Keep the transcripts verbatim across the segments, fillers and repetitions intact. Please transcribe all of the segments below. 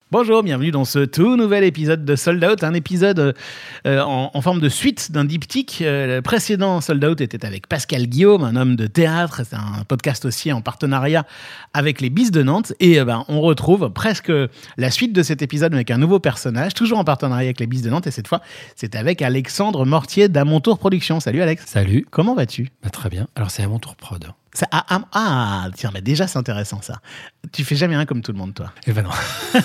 Bonjour, bienvenue dans ce tout nouvel épisode de Sold Out, un épisode euh, en, en forme de suite d'un diptyque. Euh, le précédent Sold Out était avec Pascal Guillaume, un homme de théâtre. C'est un podcast aussi en partenariat avec les Bis de Nantes. Et euh, ben, on retrouve presque la suite de cet épisode avec un nouveau personnage, toujours en partenariat avec les Bis de Nantes. Et cette fois, c'est avec Alexandre Mortier d'À Mon Tour Production. Salut Alex. Salut. Comment vas-tu ? Bah, très bien. Alors c'est À Mon Tour Prod. Ça, ah, ah, ah, tiens, mais déjà c'est intéressant ça. Tu fais jamais rien comme tout le monde, toi. Eh ben non.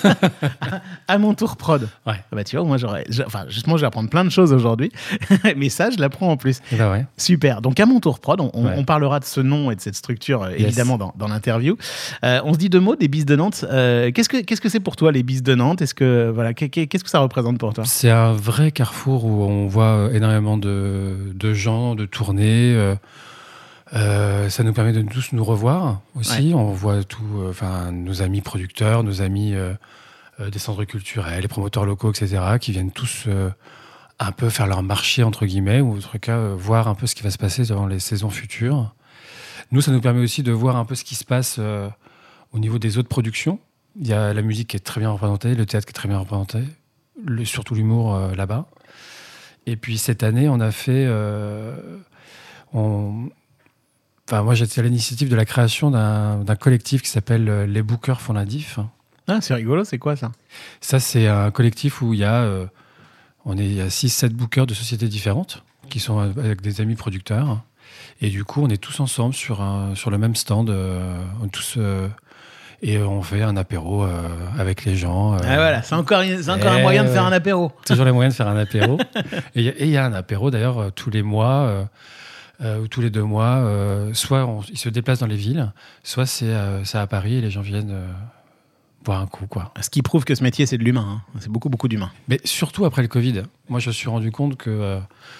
À Mon Tour Prod. Ouais. Bah tu vois, moi j'aurais, enfin justement, je vais apprendre plein de choses aujourd'hui, mais ça, je l'apprends en plus. Eh ben ouais. Super. Donc À Mon Tour Prod, on, Ouais. on parlera de ce nom et de cette structure Yes. évidemment dans, dans l'interview. Euh, on se dit deux mots des Bis de Nantes. Euh, qu'est-ce que qu'est-ce que c'est pour toi les Bis de Nantes ? Est-ce que voilà, qu'est-ce que ça représente pour toi ? C'est un vrai carrefour où on voit énormément de, de gens, de tournées. Euh, euh, ça nous permet de tous nous revoir aussi. Ouais. On voit tout, euh, enfin nos amis producteurs, nos amis euh, euh, des centres culturels, les promoteurs locaux, et cetera, qui viennent tous euh, un peu faire leur marché entre guillemets, ou en tout cas euh, voir un peu ce qui va se passer dans les saisons futures. Nous, ça nous permet aussi de voir un peu ce qui se passe euh, au niveau des autres productions. Il y a la musique qui est très bien représentée, le théâtre qui est très bien représenté, le, surtout l'humour euh, là-bas. Et puis cette année, on a fait... Euh, on, enfin, moi, j'étais à l'initiative de la création d'un, d'un collectif qui s'appelle euh, Les Bookers font la diff. Ah, c'est rigolo, c'est quoi ça ? Ça, c'est un collectif où il y a, euh, on est, il y a six sept bookers de sociétés différentes qui sont avec des amis producteurs. Et du coup, on est tous ensemble sur, un, sur le même stand. Euh, on est tous... Euh, Et on fait un apéro euh, avec les gens. Euh, Ah voilà, c'est encore, c'est encore un eh moyen de ouais. faire un apéro. Toujours les moyens de faire un apéro. Et il y a un apéro d'ailleurs euh, tous les mois euh, euh, ou tous les deux mois. Euh, soit on, ils se déplacent dans les villes, soit c'est, euh, c'est à Paris et les gens viennent euh, boire un coup, quoi. Ce qui prouve que ce métier, c'est de l'humain. Hein. C'est beaucoup, beaucoup d'humain. Mais surtout après le Covid. Moi, je me suis rendu compte que euh,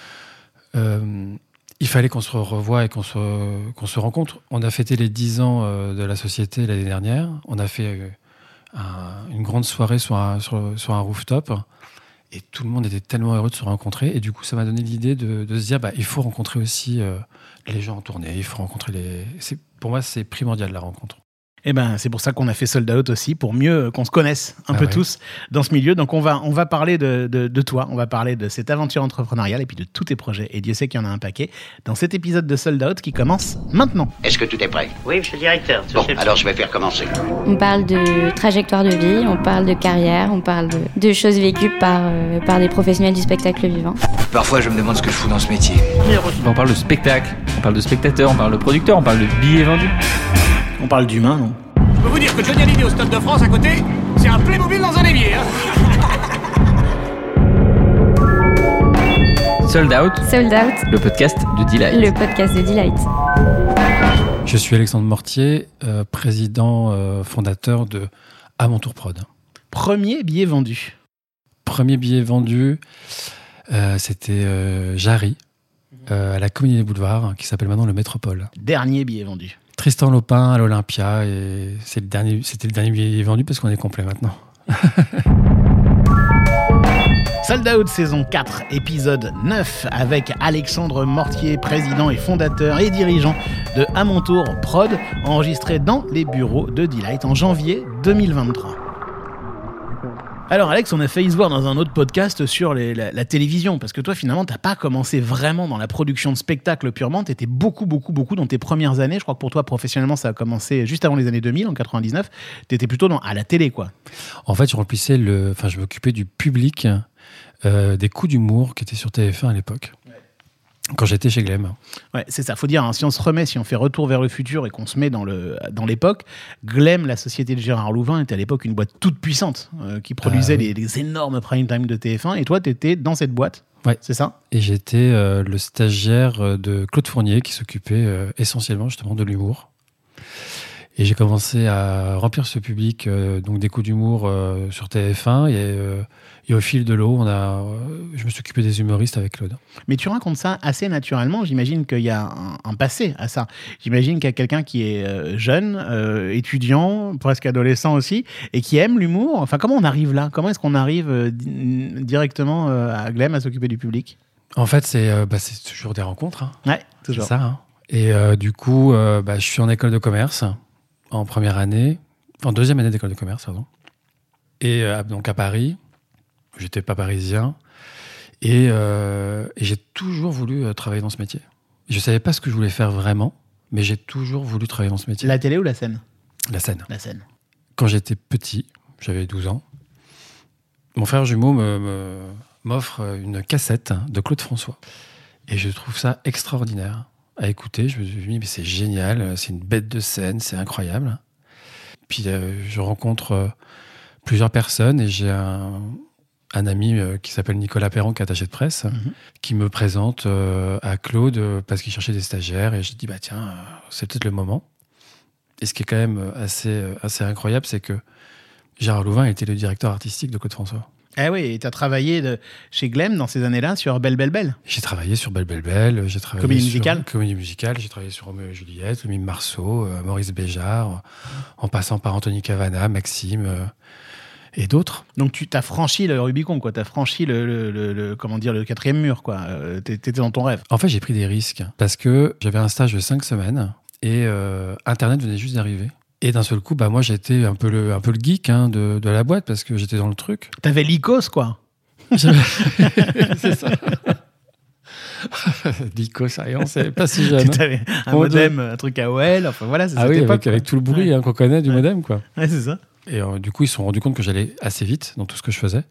euh, il fallait qu'on se revoie et qu'on se, qu'on se rencontre. On a fêté les dix ans euh, de la société l'année dernière. On a fait euh, un, une grande soirée sur un, sur, sur un rooftop. Et tout le monde était tellement heureux de se rencontrer. Et du coup, ça m'a donné l'idée de, de se dire, bah, il faut rencontrer aussi euh, les gens en tournée. Il faut rencontrer les... C'est, pour moi, c'est primordial, la rencontre. Eh ben, c'est pour ça qu'on a fait Sold Out aussi, pour mieux qu'on se connaisse un Ah peu ouais. tous dans ce milieu. Donc on va, on va parler de, de, de toi, on va parler de cette aventure entrepreneuriale et puis de tous tes projets. Et Dieu sait qu'il y en a un paquet dans cet épisode de Sold Out qui commence maintenant. Est-ce que tout est prêt? Oui, monsieur le directeur. Bon, Monsieur le- alors je vais faire commencer. On parle de trajectoire de vie, on parle de carrière, on parle de, de choses vécues par, euh, par des professionnels du spectacle vivant. Parfois, je me demande ce que je fous dans ce métier. On parle de spectacle, on parle de spectateur, on parle de producteur, on parle de billets vendus. On parle d'humain, non ? Je peux vous dire que Johnny Hallyday au Stade de France à côté, c'est un Playmobil dans un évier. Hein. Sold Out, Sold Out, le podcast de Delight. le podcast de Delight. Je suis Alexandre Mortier, euh, président euh, fondateur de À Mon Tour Prod. Premier billet vendu. Premier billet vendu, euh, c'était euh, Jarry, euh, à la Comédie des Boulevards, qui s'appelle maintenant le Métropole. Dernier billet vendu. Tristan Lopin à l'Olympia, et c'est le dernier, c'était le dernier billet vendu parce qu'on est complet maintenant. Sold Out saison quatre, épisode neuf, avec Alexandre Mortier, président et fondateur et dirigeant de À Mon Tour Prod, enregistré dans les bureaux de Delight en janvier deux mille vingt-trois. Alors Alex, on a failli se voir dans un autre podcast sur les, la, la télévision, parce que toi finalement t'as pas commencé vraiment dans la production de spectacles purement, t'étais beaucoup beaucoup beaucoup dans tes premières années. Je crois que pour toi professionnellement ça a commencé juste avant les années deux mille, en quatre-vingt-dix-neuf. T'étais plutôt dans, à la télé quoi. En fait, je remplissais le, enfin, je m'occupais du public euh, des coups d'humour qui étaient sur T F un à l'époque. Quand j'étais chez Glem. Ouais, c'est ça. Faut dire, hein, si on se remet, si on fait retour vers le futur et qu'on se met dans, le, dans l'époque, Glem, la société de Gérard Louvain, était à l'époque une boîte toute puissante euh, qui produisait Ah oui. les, les énormes prime time de T F un. Et toi, tu étais dans cette boîte. Ouais. C'est ça ? Et j'étais euh, le stagiaire de Claude Fournier qui s'occupait euh, essentiellement justement de l'humour. Et j'ai commencé à remplir ce public euh, donc des coups d'humour euh, sur T F un et, euh, et au fil de l'eau, on a, euh, je me suis occupé des humoristes avec Claude. Mais tu racontes ça assez naturellement. J'imagine qu'il y a un, un passé à ça. J'imagine qu'il y a quelqu'un qui est euh, jeune, euh, étudiant, presque adolescent aussi, et qui aime l'humour. Enfin, comment on arrive là ? Comment est-ce qu'on arrive euh, di- directement euh, à Glem à s'occuper du public ? En fait, c'est, euh, bah, c'est toujours des rencontres. Hein. Ouais, C'est toujours. ça. Hein. Et euh, du coup, euh, bah, je suis en école de commerce en première année, en deuxième année d'école de commerce, pardon. Et euh, donc à Paris, j'étais pas parisien, et, euh, et j'ai toujours voulu euh, travailler dans ce métier. Je savais pas ce que je voulais faire vraiment, mais j'ai toujours voulu travailler dans ce métier. La télé ou la scène ? La scène. La scène. Quand j'étais petit, j'avais douze ans, mon frère jumeau me, me, m'offre une cassette de Claude François. Et je trouve ça extraordinaire à écouter. Je me suis dit, mais c'est génial, c'est une bête de scène, c'est incroyable. Puis euh, je rencontre euh, plusieurs personnes et j'ai un, un ami euh, qui s'appelle Nicolas Perron, qui est attaché de presse, mm-hmm. qui me présente euh, à Claude euh, parce qu'il cherchait des stagiaires. Et je dis, bah tiens, euh, c'est peut-être le moment. Et ce qui est quand même assez, assez incroyable, c'est que Gérard Louvain était le directeur artistique de Claude François. Eh oui, et tu as travaillé de, chez Glem dans ces années-là sur Belle Belle Belle. J'ai travaillé sur Belle Belle Belle, j'ai travaillé comédie sur musicale. Comédie musicale, j'ai travaillé sur Roméo et Juliette, le mime Marceau, euh, Maurice Béjart, en passant par Anthony Cavana, Maxime euh, et d'autres. Donc tu as franchi le Rubicon, quoi. Tu as franchi le, le, le, le, comment dire, le quatrième mur, quoi. Euh, tu étais dans ton rêve. En fait, j'ai pris des risques parce que j'avais un stage de cinq semaines et euh, Internet venait juste d'arriver. Et d'un seul coup, bah, moi, j'étais un peu le, un peu le geek hein, de, de la boîte parce que j'étais dans le truc. T'avais l'I C O S, quoi. C'est ça. l'I C O S, on sait pas si jeune. T'avais un Mon modem, Dieu. un truc A O L, enfin voilà, c'est ah cette oui, époque. avec, avec tout le bruit ouais. hein, qu'on connaît du ouais. modem, quoi. Ouais, c'est ça. Et euh, du coup, ils se sont rendus compte que j'allais assez vite dans tout ce que je faisais.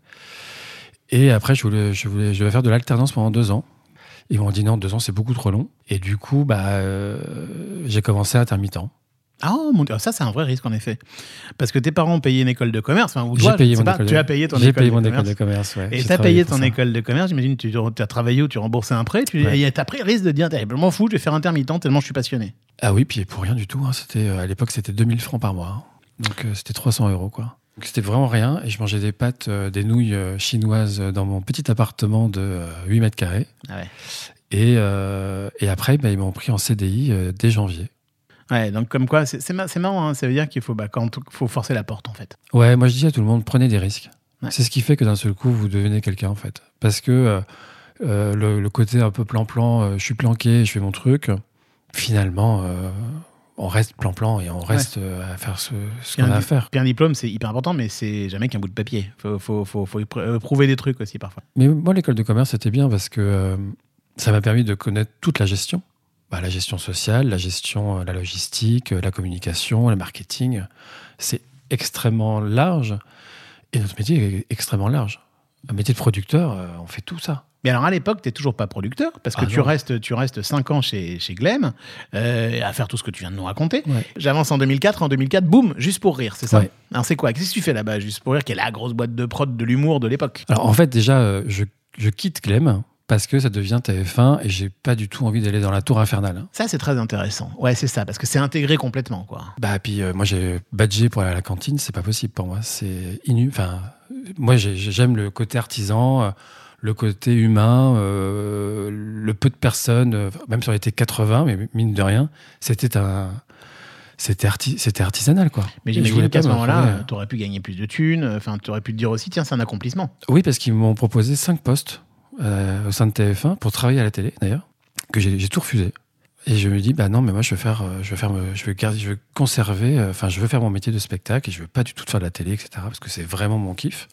Et après, je voulais, je voulais, je devais faire de l'alternance pendant deux ans. Ils m'ont dit non, deux ans, c'est beaucoup trop long. Et du coup, bah, euh, j'ai commencé à intermittent. Ah, oh, mon Dieu, ça c'est un vrai risque en effet. Parce que tes parents ont payé une école de commerce. Enfin, ou j'ai toi, payé mon pas, école tu de... as payé ton j'ai école, payé de mon commerce. école de commerce. Ouais. Et tu as payé ton ça. école de commerce, j'imagine tu as travaillé ou tu remboursais un prêt. Tu ouais. as pris le risque de dire je m'en fous, je vais faire intermittent tellement je suis passionné. Ah oui, puis pour rien du tout. Hein, c'était, à l'époque, c'était deux mille francs par mois. Hein. Donc euh, c'était trois cents euros. Quoi. Donc c'était vraiment rien. Et je mangeais des pâtes, euh, des nouilles euh, chinoises dans mon petit appartement de euh, huit mètres carrés. Ah ouais. Et, euh, et après, bah, ils m'ont pris en C D I euh, dès janvier. Ouais, donc comme quoi, c'est, c'est, c'est marrant, hein, ça veut dire qu'il faut, bah, quand, faut forcer la porte en fait. Ouais, moi je dis à tout le monde, prenez des risques. Ouais. C'est ce qui fait que d'un seul coup, vous devenez quelqu'un en fait. Parce que euh, euh, le, le côté un peu plan-plan, euh, je suis planqué, je fais mon truc, finalement, euh, on reste plan-plan et on reste ouais. euh, à faire ce, ce qu'on a à faire. Puis un diplôme, c'est hyper important, mais c'est jamais qu'un bout de papier. Il faut, faut, faut, faut prouver des trucs aussi parfois. Mais moi, l'école de commerce, c'était bien parce que euh, ça m'a permis de connaître toute la gestion. Bah, la gestion sociale, la gestion, la logistique, la communication, le marketing, c'est extrêmement large. Et notre métier est extrêmement large. Un métier de producteur, euh, on fait tout ça. Mais alors à l'époque, tu n'es toujours pas producteur, parce que ah tu, restes, tu restes cinq ans chez, chez Glem, euh, à faire tout ce que tu viens de nous raconter. Ouais. J'avance en deux mille quatre, en deux mille quatre, boum, Juste pour rire, c'est ça ouais. Alors c'est quoi ? Qu'est-ce que tu fais là-bas, Juste pour rire, qui est la grosse boîte de prod de l'humour de l'époque ? Alors en fait, déjà, euh, je, je quitte Glem. Parce que ça devient T F un et j'ai pas du tout envie d'aller dans la tour infernale. Ça, c'est très intéressant. Ouais, c'est ça, parce que c'est intégré complètement, quoi. Bah, puis euh, moi, j'ai badgé pour aller à la cantine, c'est pas possible pour moi. C'est inu... Enfin, moi, j'ai, j'aime le côté artisan, euh, le côté humain, euh, le peu de personnes, euh, même si on était quatre-vingts, mais mine de rien, c'était un... C'était, arti... c'était artisanal, quoi. Mais j'imagine qu'à ce moment-là, tu aurais pu gagner plus de thunes, enfin, tu aurais pu te dire aussi, tiens, c'est un accomplissement. Oui, parce qu'ils m'ont proposé cinq postes. Euh, au sein de T F un pour travailler à la télé d'ailleurs que j'ai, j'ai tout refusé et je me dis bah non mais moi je veux faire euh, je veux faire me, je veux garder je veux conserver enfin euh, je veux faire mon métier de spectacle et je veux pas du tout faire de la télé etc parce que c'est vraiment mon kiff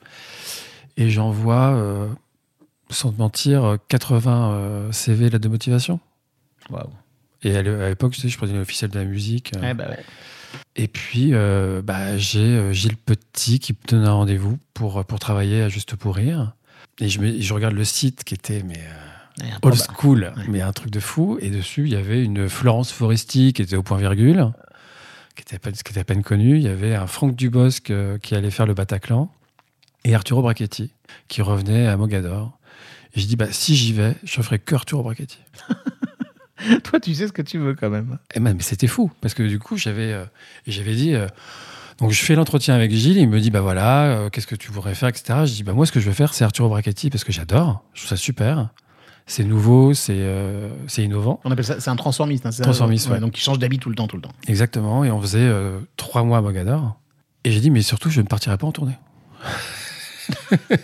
et j'envoie euh, sans te mentir quatre-vingts euh, C V là de motivation. Waouh. Et à l'époque tu sais, je prenais l'officiel de la musique euh, ouais, bah ouais. Et puis euh, bah, j'ai euh, Gilles Petit qui me donne un rendez-vous pour, pour travailler à Juste pour rire. Et je, me, je regarde le site qui était mais, euh, ouais, old school, ouais. mais un truc de fou. Et dessus, il y avait une Florence Foresti qui était au point virgule, qui était, qui était à peine connue. Il y avait un Franck Dubosc euh, qui allait faire le Bataclan. Et Arturo Brachetti qui revenait à Mogador. Et je dis, bah, si j'y vais, je ferai que Arturo Brachetti. Toi, tu sais ce que tu veux quand même. Et ben, mais c'était fou. Parce que du coup, j'avais, euh, j'avais dit... Euh, Donc je fais l'entretien avec Gilles, il me dit bah voilà, euh, qu'est-ce que tu voudrais faire, et cetera. Je dis bah moi ce que je veux faire c'est Arturo Brachetti parce que j'adore, je trouve ça super, c'est nouveau, c'est euh, c'est innovant. On appelle ça c'est un transformiste, hein, c'est transformiste, ouais, ouais. Donc il change d'habit tout le temps, tout le temps. Exactement, et on faisait euh, trois mois à Mogador. Et j'ai dit mais surtout je ne partirai pas en tournée. Mais pourquoi ?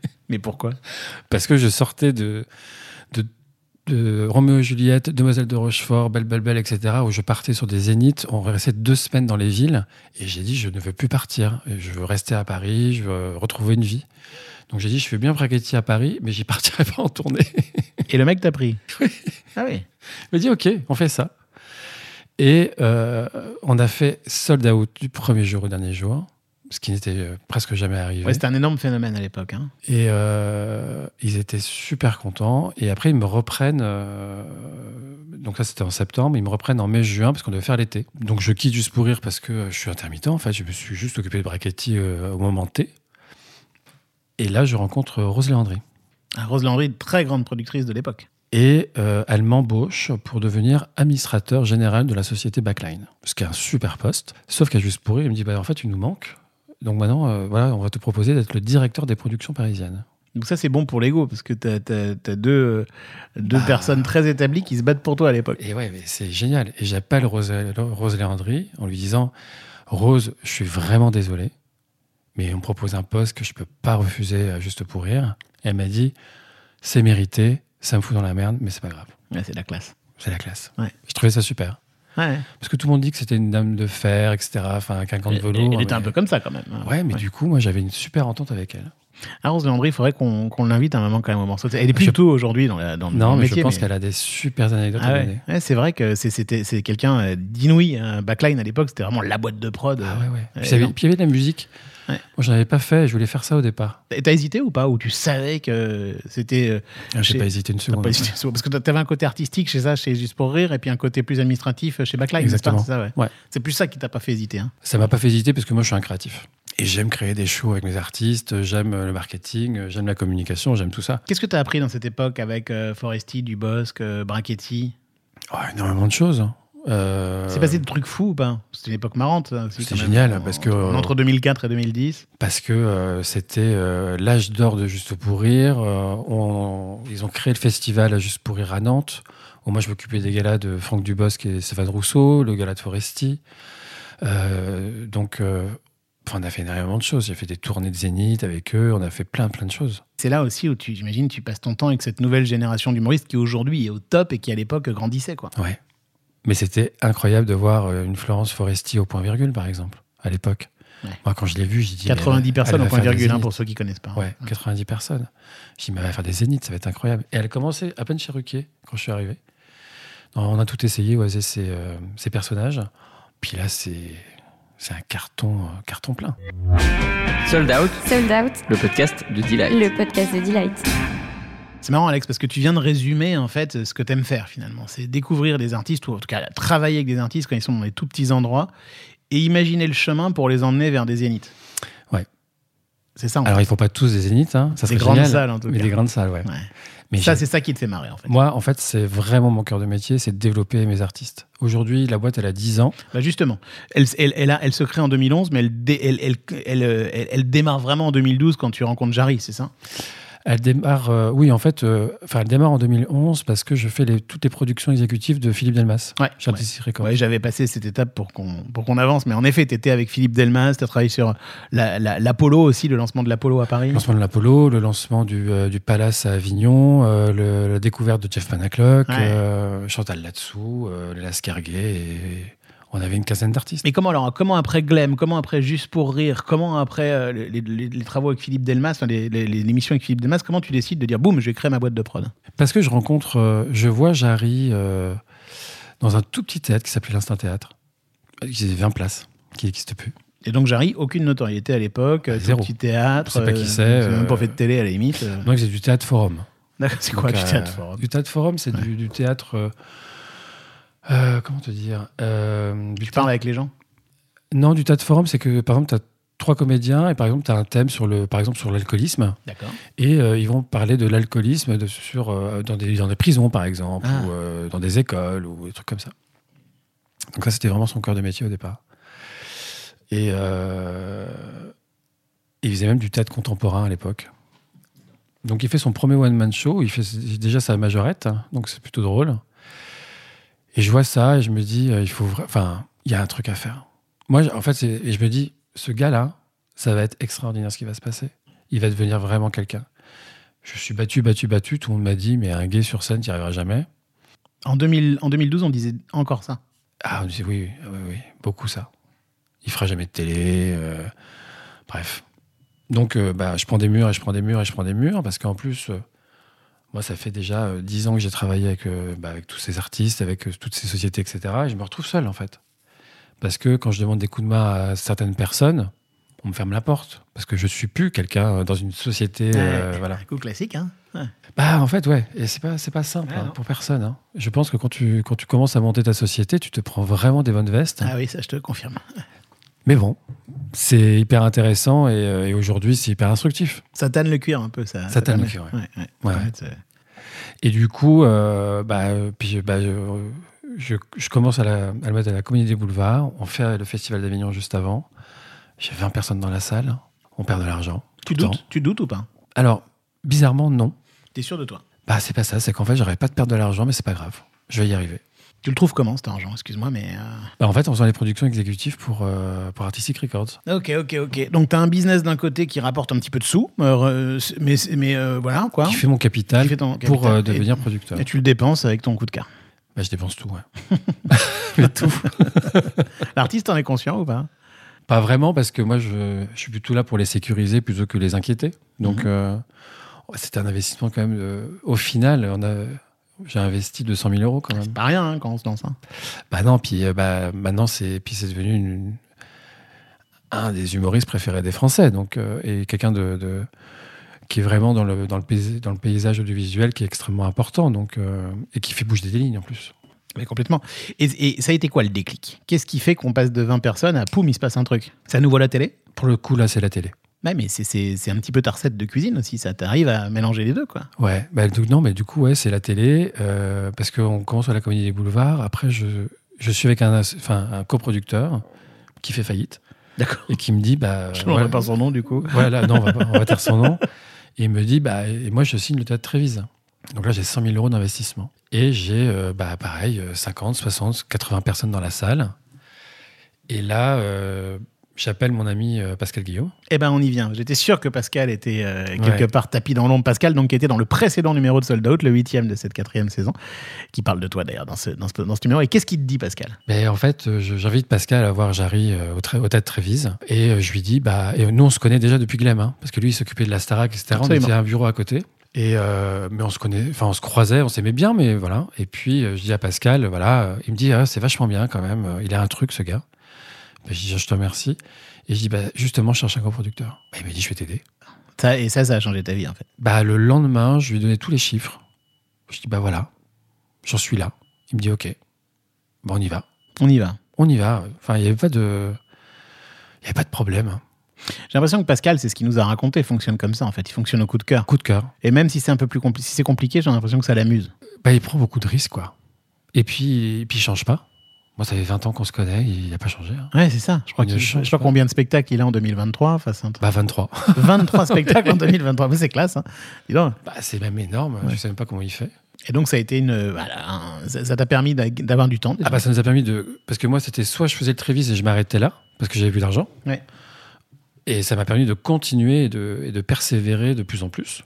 Parce que je sortais de, de de Roméo et Juliette, Demoiselle de Rochefort, Belle Belle Belle, et cetera, où je partais sur des zéniths. On restait deux semaines dans les villes. Et j'ai dit, je ne veux plus partir. Je veux rester à Paris, je veux retrouver une vie. Donc j'ai dit, je fais bien Brachetti à Paris, mais j'y partirai pas en tournée. Et le mec t'a pris? Oui. Ah oui. Il m'a dit, OK, on fait ça. Et euh, on a fait sold out du premier jour au dernier jour, ce qui n'était euh, presque jamais arrivé. Ouais, c'était un énorme phénomène à l'époque. Hein. Et euh, ils étaient super contents. Et après, ils me reprennent. Euh, donc, ça, c'était en septembre. Ils me reprennent en mai-juin parce qu'on devait faire l'été. Donc, je quitte Juste pour rire parce que je suis intermittent. En fait, je me suis juste occupé de Brachetti euh, au moment T. Et là, je rencontre Rose Léandri. Ah, Rose Léandri, très grande productrice de l'époque. Et euh, elle m'embauche pour devenir administrateur général de la société Backline. Ce qui est un super poste. Sauf qu'à Juste pour rire, il me dit bah, en fait, tu nous manques. Donc maintenant, euh, voilà, on va te proposer d'être le directeur des productions parisiennes. Donc ça, c'est bon pour l'ego, parce que t'as, t'as, t'as deux, euh, deux bah, personnes très établies qui se battent pour toi à l'époque. Et ouais, mais c'est génial. Et j'appelle Rose, Rose Léandri en lui disant « Rose, je suis vraiment désolé, mais on me propose un poste que je ne peux pas refuser Juste pour rire. » Et elle m'a dit « C'est mérité, ça me fout dans la merde, mais c'est pas grave. Ouais, c'est de la classe. » C'est la classe. Ouais. Je trouvais ça super. Ouais. Parce que tout le monde dit que c'était une dame de fer, et cetera. Enfin, qu'un camp de velours. Elle était mais... un peu comme ça quand même. Hein. Ouais, mais ouais. du coup, moi, j'avais une super entente avec elle. Ah, Rose Léandri, il faudrait qu'on, qu'on l'invite un moment quand même au morceau. Elle est plus je... du tout aujourd'hui dans, la, dans, non, dans le mais métier. je pense mais... qu'elle a des super anecdotes ah à ouais. donner. Ouais, c'est vrai que c'est, c'était, c'est quelqu'un d'inouï. Hein. Backline, à l'époque, c'était vraiment la boîte de prod. Ah ouais, ouais. Euh, Puis, avait, puis il y avait de la musique. Ouais. Moi, j'en avais pas fait. Je voulais faire ça au départ. T'as hésité ou pas? Ou tu savais que c'était... Euh, ah, j'ai chez... pas hésité une seconde. Pas hésité une seconde. Parce que t'avais un côté artistique chez ça, chez Juste pour rire, et puis un côté plus administratif chez Backline. Exactement. C'est, ça, ouais. Ouais. C'est plus ça qui t'a pas fait hésiter. Hein. Ça m'a pas fait hésiter parce que moi, je suis un créatif. Et j'aime créer des shows avec mes artistes, j'aime le marketing, j'aime la communication, j'aime tout ça. Qu'est-ce que t'as appris dans cette époque avec euh, Foresti, Dubosc, euh, Brachetti? Oh, énormément de choses. Euh... C'est passé de trucs fous ou pas? C'était une époque marrante. C'était génial en, parce que entre, entre deux mille quatre et deux mille dix. Parce que euh, c'était euh, l'âge d'or de Juste pour rire. Euh, on, ils ont créé le festival Juste pour rire à Nantes. Où moi, je m'occupais des galas de Franck Dubosc et Stéphane Rousseau, le gala de Foresti. Euh, donc, euh, on a fait énormément de choses. J'ai fait des tournées de Zénith avec eux. On a fait plein, plein de choses. C'est là aussi où tu, j'imagine, tu passes ton temps avec cette nouvelle génération d'humoristes qui aujourd'hui est au top et qui à l'époque grandissait, quoi. Ouais. Mais c'était incroyable de voir une Florence Foresti au point virgule, par exemple, à l'époque. Ouais. Moi, quand je l'ai vue, j'ai dit... quatre-vingt-dix personnes au point virgule, hein, pour ceux qui ne connaissent pas. Ouais, ouais. quatre-vingt-dix personnes. J'ai dit, mais elle va faire des zéniths, ça va être incroyable. Et elle commençait à peine chez Ruquier, quand je suis arrivé. Non, on a tout essayé, oser ces, euh, ces personnages. Puis là, c'est, c'est un carton, euh, carton plein. Sold Out. Sold Out. Le podcast de Delight. Le podcast de Delight. C'est marrant, Alex, parce que tu viens de résumer en fait ce que t'aimes faire finalement. C'est découvrir des artistes, ou en tout cas travailler avec des artistes quand ils sont dans des tout petits endroits et imaginer le chemin pour les emmener vers des zéniths. Ouais. C'est ça. En Alors, fait. ils font pas tous des zéniths, hein. Ça des serait grandes génial, salles en tout mais cas. des grandes salles, ouais. ouais. Mais ça, j'ai... c'est ça qui te fait marrer en fait. Moi, en fait, c'est vraiment mon cœur de métier, c'est de développer mes artistes. Aujourd'hui, la boîte, elle a dix ans. Bah justement, elle, elle, elle, a, elle se crée en deux mille onze, mais elle, dé, elle, elle, elle, elle, elle démarre vraiment en deux mille douze quand tu rencontres Jarry, c'est ça? Elle démarre, euh, oui, en fait, euh, enfin, elle démarre en deux mille onze parce que je fais les, toutes les productions exécutives de Philippe Delmas. Ouais. Chez Artistic Records. Ouais, j'avais passé cette étape pour qu'on, pour qu'on avance, mais en effet, tu étais avec Philippe Delmas, tu as travaillé sur la, la, l'Apollo aussi, le lancement de l'Apollo à Paris. Le lancement de l'Apollo, le lancement du, euh, du Palace à Avignon, euh, le, la découverte de Jeff Panaclock, ouais. euh, Chantal Latsou, euh, Léla Skerguet, et on avait une quinzaine d'artistes. Mais comment alors, comment après Glem, comment après Juste pour rire, comment après euh, les, les, les travaux avec Philippe Delmas, enfin les, les, les émissions avec Philippe Delmas, comment tu décides de dire boum, je vais créer ma boîte de prod? Parce que je rencontre, euh, je vois Jarry euh, dans un tout petit théâtre qui s'appelait l'Instinct Théâtre. Il y avait vingt places, qui n'existe plus. Et donc Jarry, aucune notoriété à l'époque, ah, zéro. Tout petit théâtre, je sais pas qui c'est. Euh, euh, même pas fait de télé à la limite. Euh. Non, c'est du théâtre forum. D'accord, c'est quoi donc, du théâtre forum? euh, Du théâtre forum, c'est ouais. du, du théâtre. Euh, Euh, comment te dire euh, Tu thé... parles avec les gens? Non, du théâtre forum, c'est que par exemple, tu as trois comédiens et par exemple, tu as un thème sur, le, par exemple, sur l'alcoolisme. D'accord. Et euh, ils vont parler de l'alcoolisme de, sur, euh, dans, des, dans des prisons, par exemple, ah. ou euh, dans des écoles, ou des trucs comme ça. Donc, ça, c'était vraiment son cœur de métier au départ. Et euh, il faisait même du théâtre contemporain à l'époque. Donc, il fait son premier one-man show. Il fait déjà sa majorette, donc c'est plutôt drôle. Et je vois ça et je me dis, euh, il faut, enfin, il y a un truc à faire. Moi, en fait, c'est, et je me dis, ce gars-là, ça va être extraordinaire ce qui va se passer. Il va devenir vraiment quelqu'un. Je suis battu, battu, battu. Tout le monde m'a dit, mais un gay sur scène, tu n'y arriveras jamais. En, deux mille, en deux mille douze, on disait encore ça. Ah, on disait oui, oui, oui, beaucoup ça. Il fera jamais de télé. Euh, bref. Donc, euh, bah, je prends des murs et je prends des murs et je prends des murs parce qu'en plus, euh, moi, ça fait déjà euh, dix ans que j'ai travaillé avec, euh, bah, avec tous ces artistes, avec euh, toutes ces sociétés, et cetera. Et je me retrouve seul, en fait. Parce que quand je demande des coups de main à certaines personnes, on me ferme la porte. Parce que je ne suis plus quelqu'un dans une société. Euh, ouais, voilà. Un coup classique, hein. Ouais. Bah, en fait, ouais. Et c'est pas, c'est pas simple Ouais, hein, non. pour personne. Hein. Je pense que quand tu, quand tu commences à monter ta société, tu te prends vraiment des bonnes vestes. Ah oui, ça, je te confirme. Mais bon, c'est hyper intéressant et, euh, et aujourd'hui, c'est hyper instructif. Ça tanne le cuir un peu, ça. Ça tanne le cuir, ouais. ouais, ouais. Ouais. En fait, c'est- Et du coup, euh, bah, euh, puis, bah, je, je, je commence à, la, à le mettre à la Comédie des Boulevards. On fait le Festival d'Avignon juste avant. J'ai vingt personnes dans la salle. On perd de l'argent. Tu tout le doutes temps. Tu doutes ou pas? Alors, bizarrement, non. T'es sûr de toi? Bah, c'est pas ça. C'est qu'en fait, j'arrive pas de perdre de l'argent, mais c'est pas grave. Je vais y arriver. Tu le trouves comment, cet argent? Excuse-moi, mais... euh, Bah, en fait, en faisant les productions exécutives pour, euh, pour Artistic Records. Ok, ok, ok. Donc, t'as un business d'un côté qui rapporte un petit peu de sous, euh, mais, mais euh, voilà, quoi. Qui fait mon capital Qui fait ton pour capital. euh, devenir Et- producteur. Et tu le dépenses avec ton coup de cœur. Bah, je dépense tout, ouais. Mais tout. L'artiste en est conscient ou pas? Pas vraiment, parce que moi, je, je suis plutôt là pour les sécuriser plutôt que les inquiéter. Donc, Mhm. euh, c'est un investissement quand même. euh, au final, on a, j'ai investi deux cent mille euros quand même. C'est pas rien hein, quand on se lance. Hein. Bah non, puis euh, bah, maintenant, c'est, puis c'est devenu une- un des humoristes préférés des Français. Donc, euh, et quelqu'un de, de- qui est vraiment dans le, dans, le pays- dans le paysage audiovisuel qui est extrêmement important donc, euh, et qui fait bouger des lignes en plus. Mais complètement. Et, et ça a été quoi le déclic? Qu'est-ce qui fait qu'on passe de vingt personnes à poum, il se passe un truc? C'est à nouveau la télé? Pour le coup, là, c'est la télé. Ouais, mais c'est, c'est, c'est un petit peu ta recette de cuisine aussi. Ça t'arrive à mélanger les deux, quoi. Ouais, bah, donc, non, mais du coup, ouais, c'est la télé, euh, parce qu'on commence à la Comédie des Boulevards. Après, je, je suis avec un, as- enfin, un coproducteur qui fait faillite D'accord. et qui me dit, bah, Je ne voilà, pas son nom, du coup. voilà, non, on va, pas- on va taire son nom. Et il me dit, bah, et moi, je signe le théâtre Trévise. Donc là, j'ai cent mille euros d'investissement. Et j'ai, euh, bah, pareil, euh, cinquante, soixante, quatre-vingts personnes dans la salle. Et là, euh, j'appelle mon ami euh, Pascal Guillaume. Eh ben, on y vient. J'étais sûr que Pascal était euh, quelque Ouais. part tapis dans l'ombre. Pascal, donc, qui était dans le précédent numéro de Sold Out, le huitième de cette quatrième saison, qui parle de toi, d'ailleurs, dans ce, dans ce, dans ce numéro. Et qu'est-ce qu'il te dit, Pascal? Mais en fait, euh, je- j'invite Pascal à voir Jarry euh, au, Tré- au Théâtre Trévise. Et euh, je lui dis, bah, et nous, on se connaît déjà depuis Glem, hein, parce que lui, il s'occupait de la Starac, et cetera. On Absolument. était à un bureau à côté. Et euh, mais on se connaît, enfin, on se croisait, on s'aimait bien, mais voilà. Et puis, euh, je dis à Pascal, voilà, euh, il me dit, ah, c'est vachement bien quand même. euh, Il a un truc, ce gars. Ben, je dis, je te remercie. Et je dis, bah, justement, je cherche un coproducteur. Bah, il m'a dit, je vais t'aider. Ça, et ça, ça a changé ta vie, en fait. Bah, le lendemain, je lui ai donné tous les chiffres. Je dis, bah voilà, j'en suis là. Il me dit, ok, bon, on y va. On y va. On y va. Enfin, il n'y avait pas de, il y avait pas de problème. J'ai l'impression que Pascal, c'est ce qu'il nous a raconté, fonctionne comme ça, en fait. Il fonctionne au coup de cœur. Coup de cœur. Et même si c'est un peu plus compli- si c'est compliqué, j'ai l'impression que ça l'amuse. Bah, il prend beaucoup de risques, quoi. Et puis, et puis il change pas. Moi, ça fait vingt ans qu'on se connaît, il n'a pas changé. hein. Ouais, c'est ça. Je crois Il ne qu'il je change sais pas pas. combien de spectacles il a en deux mille vingt-trois. Enfin, c'est un truc- Bah, vingt-trois. vingt-trois spectacles en deux mille vingt-trois. Mais c'est classe. Hein. Dis donc. Bah, c'est même énorme. Ouais. Je sais même pas comment il fait. Et donc, ça a été une. Voilà, un- ça ça t'a permis d'a- d'avoir du temps. déjà. Ah, bah, ça nous a permis de. Parce que moi, c'était soit je faisais le Trévise et je m'arrêtais là, parce que j'avais plus d'argent. Ouais. Et ça m'a permis de continuer et de, et de persévérer de plus en plus.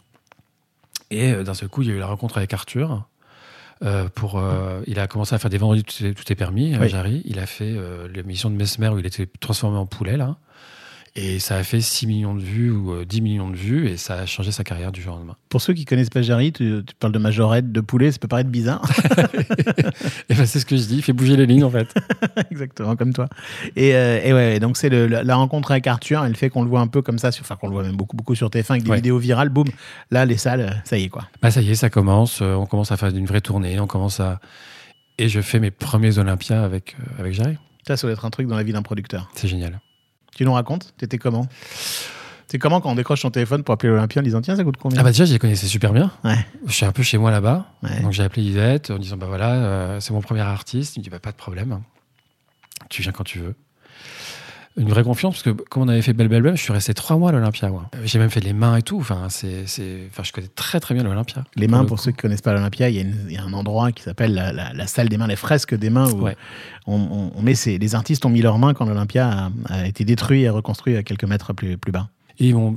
Et euh, d'un seul coup, il y a eu la rencontre avec Arthur. Euh, pour, euh, il a commencé à faire des vendredis, tout est, tout est permis, Oui. euh, Jarry. Il a fait euh, l'émission de Mesmer où il était transformé en poulet, là. Et ça a fait six millions de vues ou euh, dix millions de vues, et ça a changé sa carrière du jour au lendemain. Pour ceux qui connaissent pas Jarry, tu, tu parles de majorette, de poulet, ça peut paraître bizarre. Et ben, c'est ce que je dis, il fait bouger les lignes, en fait. Exactement, comme toi. Et, euh, et ouais, donc c'est le- la, la rencontre avec Arthur et le fait qu'on le voit un peu comme ça, sur, enfin qu'on le voit même beaucoup, beaucoup sur T F un avec des Ouais. vidéos virales, boum, là, les salles, euh, ça y est, quoi. Bah, ça y est, ça commence. euh, on commence à faire une vraie tournée, on commence à... Et je fais mes premiers Olympias avec, euh, avec Jarry. Ça, ça doit être un truc dans la vie d'un producteur. C'est génial. Tu nous racontes? T'étais comment? C'est comment quand on décroche son téléphone pour appeler l'Olympia en disant tiens, ça coûte combien? Ah bah déjà, je les connaissais super bien. Ouais. Je suis un peu chez moi là-bas. Ouais. Donc j'ai appelé Yvette en disant, bah voilà, euh, c'est mon premier artiste. Il me dit, bah pas de problème. Tu viens quand tu veux. Une vraie confiance, parce que comme on avait fait Belle Belle Belle, je suis resté trois mois à l'Olympia. Moi. Euh, J'ai même fait les mains et tout. Enfin, c'est, c'est... enfin je connais très très bien l'Olympia. Les mains, le pour coup. ceux qui connaissent pas l'Olympia, il y, a une- il y a un endroit qui s'appelle la, la- la salle des mains, les fresques des mains, où Ouais. on, on- on met ces, les artistes ont mis leurs mains quand l'Olympia a, a été détruit et reconstruit à quelques mètres plus, plus bas. Et ils m'ont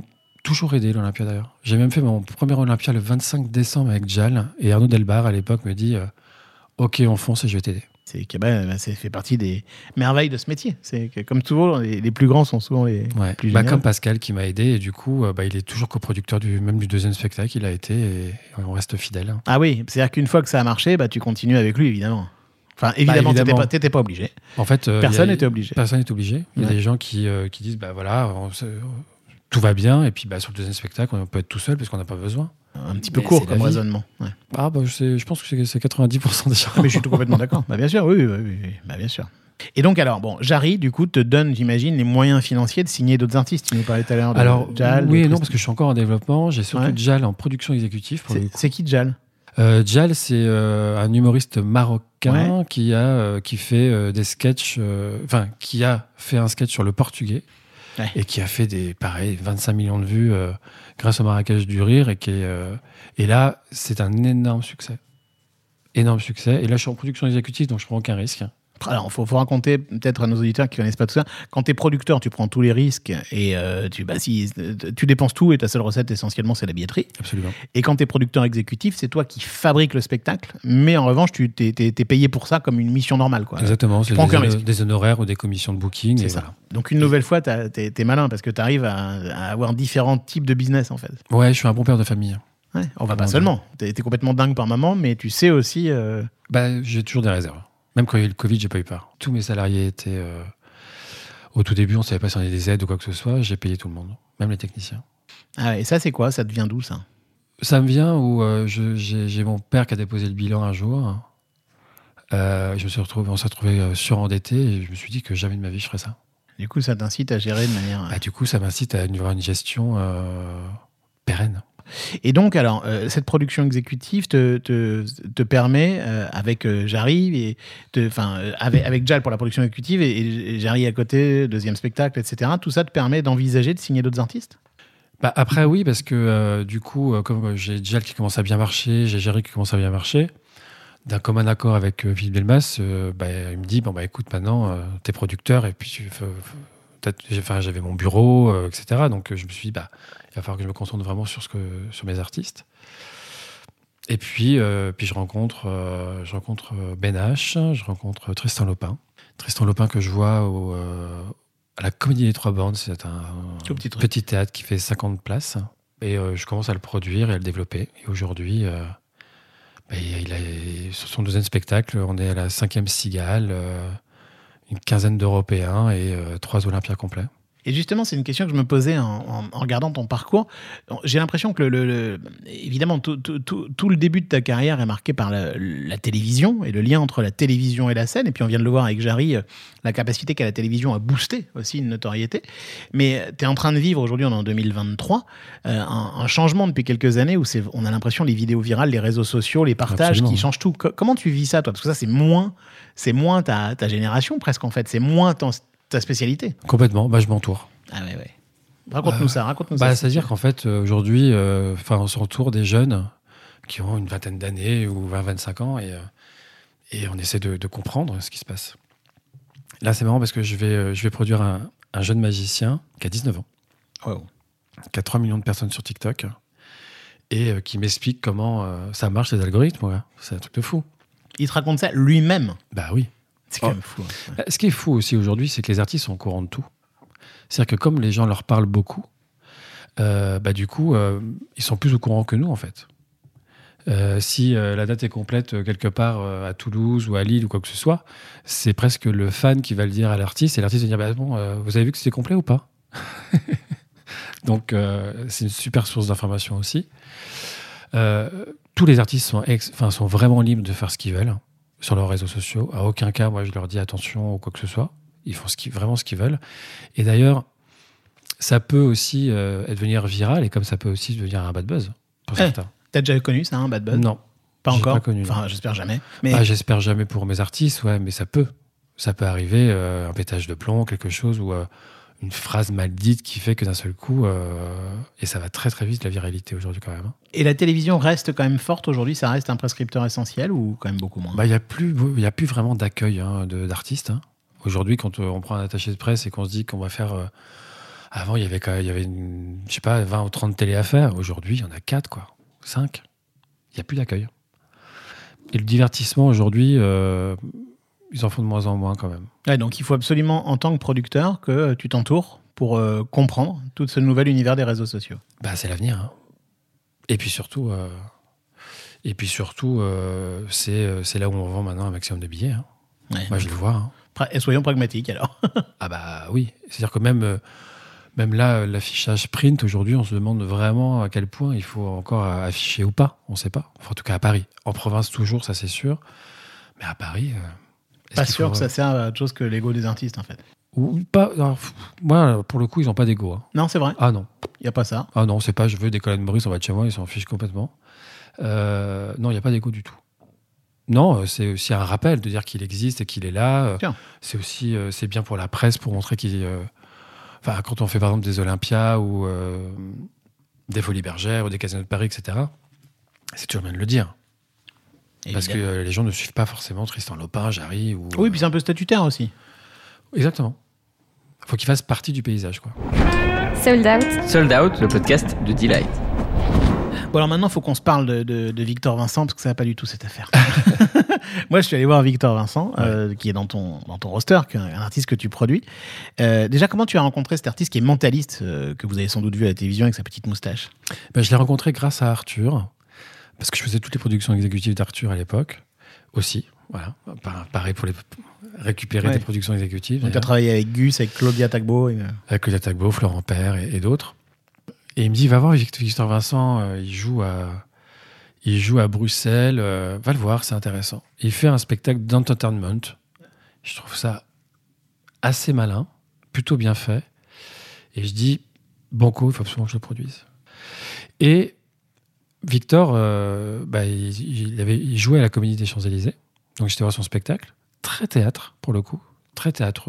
toujours aidé l'Olympia d'ailleurs. J'ai même fait mon premier Olympia le vingt-cinq décembre avec Jal et Arnaud Delbar à l'époque me dit euh, ok on fonce et je vais t'aider. C'est que bah, ça fait partie des merveilles de ce métier. C'est que comme toujours les, les plus grands sont souvent les ouais. plus bah, géniaux. comme Pascal qui m'a aidé et du coup euh, bah, il est toujours coproducteur du même du deuxième spectacle. Il a été et on reste fidèle. Ah oui, c'est-à-dire qu'une fois que ça a marché, bah tu continues avec lui évidemment. Enfin évidemment, bah, évidemment. T'étais, pas, t'étais pas obligé. En fait, euh, personne n'était a, obligé. Personne n'est obligé. Il y a ouais. des gens qui euh, qui disent bah voilà. On se, tout va bien, et puis bah, sur le deuxième spectacle, on peut être tout seul parce qu'on n'a pas besoin. Un petit peu mais court comme raisonnement. Ouais. Ah, bah, je, sais, je pense que c'est, c'est quatre-vingt-dix pour cent des gens. Mais je suis tout complètement d'accord. Bah, bien sûr, oui, oui, oui, oui. Bah, bien sûr. Et donc, alors, bon, Jarry, du coup, te donne, j'imagine, les moyens financiers de signer d'autres artistes. Tu nous parlais tout à l'heure de alors, Jal. Oui et non, parce que je suis encore en développement. J'ai surtout ouais. Jal en production exécutive. Pour c'est, le c'est qui Jal euh, Jal, c'est euh, un humoriste marocain ouais. qui, a, euh, qui fait euh, des sketchs, enfin, euh, qui a fait un sketch sur le portugais. Ouais. Et qui a fait des, pareil, vingt-cinq millions de vues euh, grâce au Marrakech du Rire. Et, qui est, euh, et là, c'est un énorme succès. Énorme succès. Et là, je suis en production exécutive, donc je prends aucun risque. Alors, il faut, faut raconter peut-être à nos auditeurs qui ne connaissent pas tout ça. Quand tu es producteur, tu prends tous les risques et euh, tu, bah, si, tu dépenses tout et ta seule recette, essentiellement, c'est la billetterie. Absolument. Et quand tu es producteur exécutif, c'est toi qui fabriques le spectacle, mais en revanche, tu t'es, t'es, t'es payé pour ça comme une mission normale. Quoi. Exactement. Tu c'est des, des honoraires ou des commissions de booking. C'est et ça. Voilà. Donc, une nouvelle fois, t'es, t'es malin parce que tu arrives à, à avoir différents types de business, en fait. Ouais, je suis un bon père de famille. Ouais, on va pas seulement. Tu es complètement dingue par moment, mais tu sais aussi... Euh... Bah, j'ai toujours des réserves. Même quand il y a eu le Covid, j'ai pas eu peur. Tous mes salariés étaient... Euh... Au tout début, on savait pas si on avait des aides ou quoi que ce soit. J'ai payé tout le monde, même les techniciens. Ah, et ça, c'est quoi ? Ça te vient d'où, ça ? Ça me vient où euh, je, j'ai, j'ai mon père qui a déposé le bilan un jour. Euh, je me suis retrouvé, on s'est retrouvé euh, surendetté et je me suis dit que jamais de ma vie je ferais ça. Du coup, ça t'incite à gérer de manière... Bah, du coup, ça m'incite à avoir une gestion euh, pérenne. Et donc, alors, euh, cette production exécutive te, te, te permet, euh, avec euh, Jarry, et te, euh, avec, avec Jal pour la production exécutive et, et Jarry à côté, deuxième spectacle, et cetera, tout ça te permet d'envisager de signer d'autres artistes ? Bah, après, oui, parce que euh, du coup, euh, comme j'ai Jal qui commence à bien marcher, j'ai Jarry qui commence à bien marcher, d'un commun accord avec euh, Philippe Delmas, euh, bah, il me dit, bon, bah, écoute, maintenant, euh, t'es producteur, et puis tu faut, faut, Enfin, j'avais mon bureau, euh, et cetera. Donc, je me suis dit, bah, il va falloir que je me concentre vraiment sur, ce que, sur mes artistes. Et puis, euh, puis je rencontre, euh, je rencontre Ben H, je rencontre Tristan Lopin. Tristan Lopin que je vois au, euh, à la Comédie des Trois Bandes. C'est un, un petit, petit théâtre qui fait cinquante places. Et euh, je commence à le produire et à le développer. Et aujourd'hui, euh, bah, il a, sur son deuxième spectacle, on est à la cinquième Cigale. Euh, une quinzaine d'Européens et euh, trois Olympias complets. Et justement, c'est une question que je me posais en, en, en regardant ton parcours. J'ai l'impression que, le, le, le, évidemment, tout, tout, tout, tout le début de ta carrière est marqué par la, la télévision et le lien entre la télévision et la scène. Et puis, on vient de le voir avec Jarry, la capacité qu'a la télévision à booster aussi une notoriété. Mais tu es en train de vivre, aujourd'hui, on est en deux mille vingt-trois, euh, un, un changement depuis quelques années où c'est, on a l'impression les vidéos virales, les réseaux sociaux, les partages Absolument. Qui changent tout. Co- comment tu vis ça, toi ? Parce que ça, c'est moins, c'est moins ta, ta génération, presque, en fait. C'est moins ton... ta spécialité. Complètement, bah, je m'entoure. Ah ouais, ouais. Raconte-nous euh, ça, raconte-nous bah, ça. C'est-à-dire qu'en fait, aujourd'hui, euh, on s'entoure des jeunes qui ont une vingtaine d'années ou vingt à vingt-cinq ans et, euh, et on essaie de, de comprendre ce qui se passe. Là, c'est marrant parce que je vais, je vais produire un, un jeune magicien qui a dix-neuf ans, wow. qui a trois millions de personnes sur TikTok et euh, qui m'explique comment euh, ça marche, les algorithmes. Ouais. C'est un truc de fou. Il te raconte ça lui-même ? Bah oui. C'est quand même fou. Hein. Ouais. Ce qui est fou aussi aujourd'hui, c'est que les artistes sont au courant de tout. C'est-à-dire que comme les gens leur parlent beaucoup, euh, bah du coup, euh, ils sont plus au courant que nous, en fait. Euh, si euh, la date est complète euh, quelque part euh, à Toulouse ou à Lille ou quoi que ce soit, c'est presque le fan qui va le dire à l'artiste et l'artiste va dire bah, bon, euh, vous avez vu que c'était complet ou pas ? Donc, euh, c'est une super source d'information aussi. Euh, tous les artistes sont, ex- sont vraiment libres de faire ce qu'ils veulent sur leurs réseaux sociaux. À aucun cas, moi, je leur dis attention ou quoi que ce soit. Ils font ce qu'ils, vraiment ce qu'ils veulent. Et d'ailleurs, ça peut aussi euh, devenir viral et comme ça peut aussi devenir un bad buzz pour eh, certains. T'as déjà connu ça, un bad buzz ? Non. Pas j'ai encore pas connu, Enfin, non. j'espère jamais. Mais... Ah, j'espère jamais pour mes artistes, ouais, mais ça peut. Ça peut arriver, euh, un pétage de plomb, quelque chose, ou euh, une phrase mal dite qui fait que d'un seul coup, euh, et ça va très très vite la viralité aujourd'hui quand même. Hein. Et la télévision reste quand même forte aujourd'hui, ça reste un prescripteur essentiel ou quand même beaucoup moins ? Bah, il n'y a, a plus vraiment d'accueil hein, de, d'artistes. Hein. Aujourd'hui, quand on prend un attaché de presse et qu'on se dit qu'on va faire euh, Avant, il y avait, quand même, il y avait une, je sais pas, vingt ou trente télés à faire. Aujourd'hui, il y en a quatre, quoi. cinq. Il n'y a plus d'accueil. Et le divertissement, aujourd'hui, euh, ils en font de moins en moins, quand même. Ouais, donc, il faut absolument, en tant que producteur, que tu t'entoures pour euh, comprendre tout ce nouvel univers des réseaux sociaux. Bah, c'est l'avenir. Hein. Et puis surtout, euh, et puis surtout euh, c'est, c'est là où on vend maintenant un maximum de billets. Hein. Ouais. Moi, je le vois. Hein. Et soyons pragmatiques, alors. Ah bah oui. C'est-à-dire que même, euh, même là, l'affichage print, aujourd'hui, on se demande vraiment à quel point il faut encore afficher ou pas. On ne sait pas. Enfin, en tout cas, à Paris. En province, toujours, ça, c'est sûr. Mais à Paris... Euh, pas sûr faut... que ça sert à autre chose que l'ego des artistes, en fait. Ou pas. Alors, moi, pour le coup, ils n'ont pas d'ego. Hein. Non, c'est vrai. Ah non. Il n'y a pas ça. Ah non, c'est pas je veux des Colin Morris en bas de chez moi, ils s'en fichent complètement. Euh, non, il n'y a pas d'ego du tout. Non, c'est aussi un rappel de dire qu'il existe et qu'il est là. Tiens. C'est aussi euh, c'est bien pour la presse pour montrer qu'il. Euh, enfin, quand on fait par exemple des Olympias ou euh, des Folies Bergères ou des Casinos de Paris, et cetera. C'est toujours bien de le dire. Évidemment. Parce que euh, les gens ne suivent pas forcément Tristan Lopin, Jarry ou. Oui, puis c'est un peu statutaire aussi. Exactement. Il faut qu'il fasse partie du paysage, quoi. Sold Out. Sold Out, le podcast de Delight. Bon, alors maintenant, il faut qu'on se parle de, de, de Victor Vincent, parce que ça va pas du tout cette affaire. Moi, je suis allé voir Victor Vincent, ouais. euh, qui est dans ton, dans ton roster, qui est un artiste que tu produis. Euh, déjà, comment tu as rencontré cet artiste qui est mentaliste, euh, que vous avez sans doute vu à la télévision avec sa petite moustache? Ben, je l'ai rencontré grâce à Arthur, parce que je faisais toutes les productions exécutives d'Arthur à l'époque, aussi. Voilà. Pareil pour les récupérer ouais. des productions exécutives. Donc tu as travaillé avec Gus, avec Claudia Tagbo. Et... Avec Claudia Tagbo, Florent Père et, et d'autres. Et il me dit, va voir Victor Vincent, euh, il, joue à, il joue à Bruxelles, euh, va le voir, c'est intéressant. Il fait un spectacle d'entertainment. Je trouve ça assez malin, plutôt bien fait. Et je dis, banco, il faut absolument que je le produise. Et Victor, euh, bah, il, il, avait, il jouait à la Comédie des Champs-Élysées. Donc j'étais voir son spectacle, très théâtre pour le coup, très théâtreux.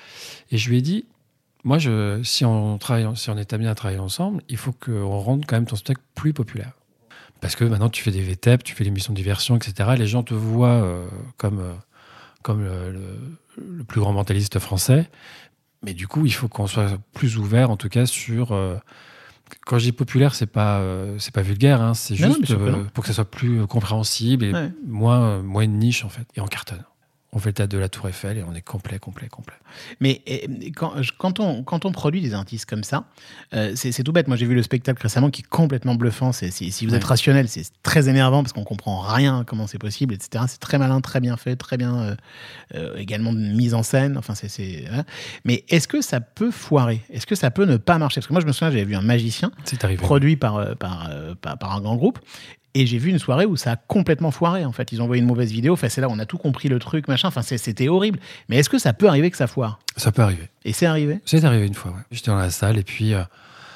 Et je lui ai dit, moi, je, si, on travaille, si on est amené à travailler ensemble, il faut qu'on rende quand même ton spectacle plus populaire. Parce que maintenant, tu fais des V T E P, tu fais l'émission de diversion, et cetera. Les gens te voient euh, comme, euh, comme le, le, le plus grand mentaliste français. Mais du coup, il faut qu'on soit plus ouvert, en tout cas, sur... Euh, quand je dis populaire, c'est pas, euh, c'est pas vulgaire, hein, c'est juste non, euh, pour que ça soit plus euh, compréhensible et ouais. moins, euh, moins une niche, en fait. Et on cartonne. On fait le théâtre de la Tour Eiffel et on est complet, complet, complet. Mais et, quand, quand, on, quand on produit des artistes comme ça, euh, c'est, c'est tout bête. Moi, j'ai vu le spectacle récemment qui est complètement bluffant. C'est, c'est, si vous ouais. êtes rationnel, c'est très énervant parce qu'on comprend rien comment c'est possible, et cetera. C'est très malin, très bien fait, très bien euh, euh, également de mise en scène. Enfin, c'est, c'est, hein. Mais est-ce que ça peut foirer? Est-ce que ça peut ne pas marcher? Parce que moi, je me souviens, j'avais vu un magicien produit par, par, par, par un grand groupe. Et j'ai vu une soirée où ça a complètement foiré, en fait. Ils ont envoyé une mauvaise vidéo. Enfin, c'est là où on a tout compris, le truc, machin. Enfin, c'est, c'était horrible. Mais est-ce que ça peut arriver que ça foire? Ça peut arriver. Et c'est arrivé? C'est arrivé une fois, ouais. J'étais dans la salle et puis, euh,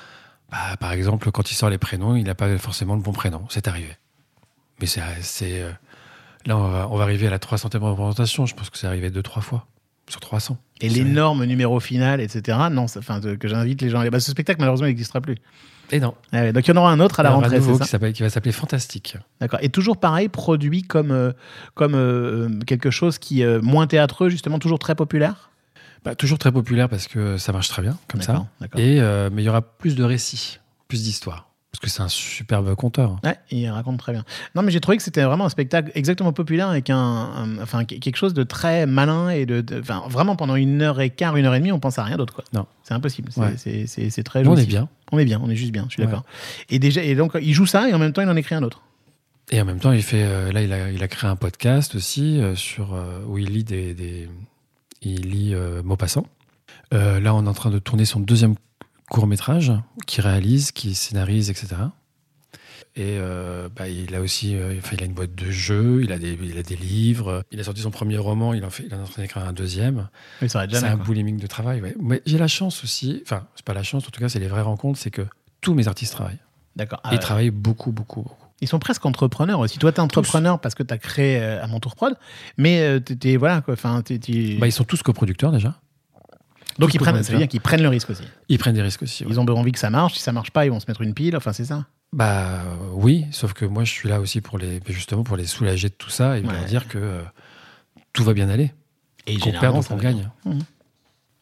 bah, par exemple, quand il sort les prénoms, il n'a pas forcément le bon prénom. C'est arrivé. Mais c'est... c'est euh, là, on va, on va arriver à la trois centième représentation. Je pense que c'est arrivé deux, trois fois. Sur trois cents. Et l'énorme arrivé. Numéro final, et cetera. Non, enfin, que j'invite les gens à aller... Bah, ce spectacle, malheureusement, il n'existera plus. Et non. Ah ouais, donc il y en aura un autre à la rentrée, un nouveau c'est ça qui, s'appelle, qui va s'appeler Fantastique. D'accord. Et toujours pareil, produit comme, euh, comme euh, quelque chose qui est euh, moins théâtreux, justement, toujours très populaire? Bah, toujours très populaire parce que ça marche très bien, comme d'accord, ça. D'accord. Et, euh, mais il y aura plus de récits, plus d'histoires. Parce que c'est un superbe conteur. Ouais, il raconte très bien. Non, mais j'ai trouvé que c'était vraiment un spectacle exactement populaire avec un, un enfin, quelque chose de très malin et de, de enfin, vraiment pendant une heure et quart, une heure et demie, on pense à rien d'autre, quoi. Non. C'est impossible. C'est, ouais. c'est, c'est, c'est très. Nous, jouissif. on est bien. On est bien. On est juste bien. Je suis ouais. d'accord. Et déjà, et donc, il joue ça et en même temps, il en écrit un autre. Et en même temps, il fait. Euh, là, il a, il a créé un podcast aussi euh, sur euh, où il lit des, des il lit euh, Maupassant. Euh, là, on est en train de tourner son deuxième court-métrage qu'il réalise, qu'il scénarise, et cetera. Et euh, bah, il a aussi, euh, enfin, il a une boîte de jeux, il a des, il a des livres. Il a sorti son premier roman, il en fait, il est en train d'écrire un deuxième. Oui, ça va être jamais, c'est un quoi. boulimique de travail. Ouais. Mais j'ai la chance aussi, enfin, c'est pas la chance, en tout cas, c'est les vraies rencontres, c'est que tous mes artistes travaillent. D'accord. Ah, ils ouais. travaillent beaucoup, beaucoup, beaucoup. Ils sont presque entrepreneurs aussi. Toi, t'es entrepreneur tous. Parce que t'as créé euh, à Montour Prod, mais euh, t'es, t'es voilà quoi. Enfin, t'es, t'es... Bah, ils sont tous coproducteurs déjà. Donc ils prennent, ça veut dire qu'ils prennent le risque aussi. Ils prennent des risques aussi. Ouais. Ils ont envie que ça marche. Si ça marche pas, ils vont se mettre une pile. Enfin, c'est ça. Bah euh, oui, sauf que moi je suis là aussi pour les, justement pour les soulager de tout ça et ouais. leur dire que euh, tout va bien aller. Et qu'on perd, donc on gagne. Mmh.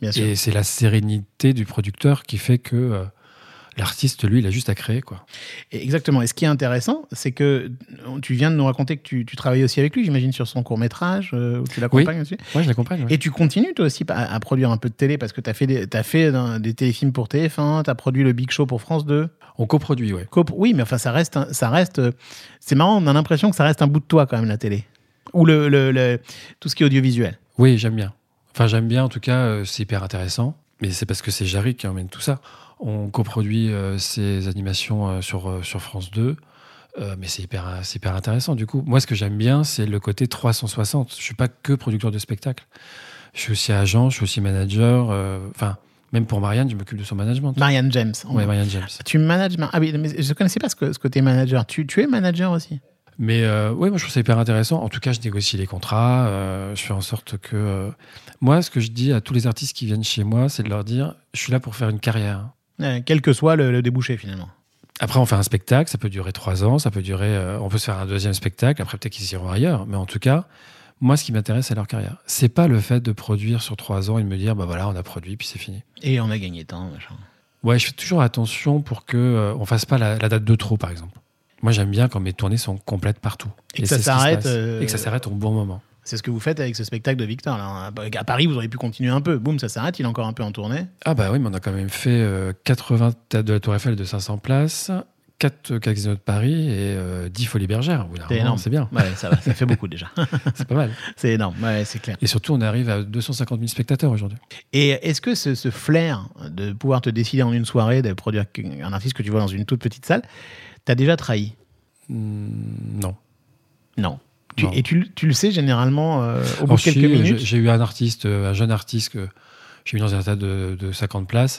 Bien sûr. Et c'est la sérénité du producteur qui fait que euh, l'artiste, lui, il a juste à créer, quoi. Et exactement. Et ce qui est intéressant, c'est que tu viens de nous raconter que tu, tu travailles aussi avec lui, j'imagine, sur son court-métrage, euh, où tu l'accompagnes Oui. aussi. Ouais, je l'accompagne. Ouais. Et tu continues, toi aussi, à, à produire un peu de télé, parce que tu as fait, des, t'as fait euh, des téléfilms pour T F un, tu as produit le Big Show pour France deux. On coproduit, ouais. Cop- oui, mais enfin, ça reste, un- ça reste. euh, c'est marrant, on a l'impression que ça reste un bout de toi, quand même, la télé. Ou le, le, le- tout ce qui est audiovisuel. Oui, j'aime bien. Enfin, j'aime bien, en tout cas, euh, c'est hyper intéressant. Mais c'est parce que c'est Jarry qui emmène tout ça. On coproduit euh, ces animations euh, sur, euh, sur France deux. Euh, mais c'est hyper, c'est hyper intéressant, du coup. Moi, ce que j'aime bien, c'est le côté trois cent soixante. Je ne suis pas que producteur de spectacle. Je suis aussi agent, je suis aussi manager. Enfin, euh, même pour Marianne, je m'occupe de son management. Marianne James. Oui, Marianne James. Tu manages. Ah oui, mais je ne connaissais pas ce, que, ce côté manager. Tu, tu es manager aussi? Mais euh, oui, moi je trouve ça hyper intéressant. En tout cas, je négocie les contrats. Euh, je fais en sorte que. Euh... Moi, ce que je dis à tous les artistes qui viennent chez moi, c'est de leur dire je suis là pour faire une carrière. Euh, quel que soit le, le débouché, finalement. Après, on fait un spectacle, ça peut durer trois ans, ça peut durer. Euh, on peut se faire un deuxième spectacle, après peut-être qu'ils iront ailleurs. Mais en tout cas, moi, ce qui m'intéresse, c'est leur carrière. C'est pas le fait de produire sur trois ans et de me dire bah voilà, on a produit, puis c'est fini. Et on a gagné tant, machin. Ouais, je fais toujours attention pour qu'on euh, ne fasse pas la, la date de trop, par exemple. Moi, j'aime bien quand mes tournées sont complètes partout. Et, et que ça s'arrête. Euh... Et que ça s'arrête au bon moment. C'est ce que vous faites avec ce spectacle de Victor. Là. À Paris, vous auriez pu continuer un peu. Boum, ça s'arrête, il est encore un peu en tournée. Ah bah oui, mais on a quand même fait euh, quatre-vingts théâtres de la Tour Eiffel de cinq cents places, quatre casinos de Paris et euh, dix Folies Bergères. C'est énorme. C'est bien. Ouais, ça va, ça fait beaucoup déjà. C'est pas mal. C'est énorme, ouais, c'est clair. Et surtout, on arrive à deux cent cinquante mille spectateurs aujourd'hui. Et est-ce que ce, ce flair de pouvoir te décider en une soirée de produire un artiste que tu vois dans une toute petite salle, t'as déjà trahi? Mmh, Non. Non. Tu, et tu, tu le sais généralement euh, au bout de quelques si, minutes. J'ai, j'ai eu un artiste, un jeune artiste que j'ai mis dans un tas de, de cinquante places.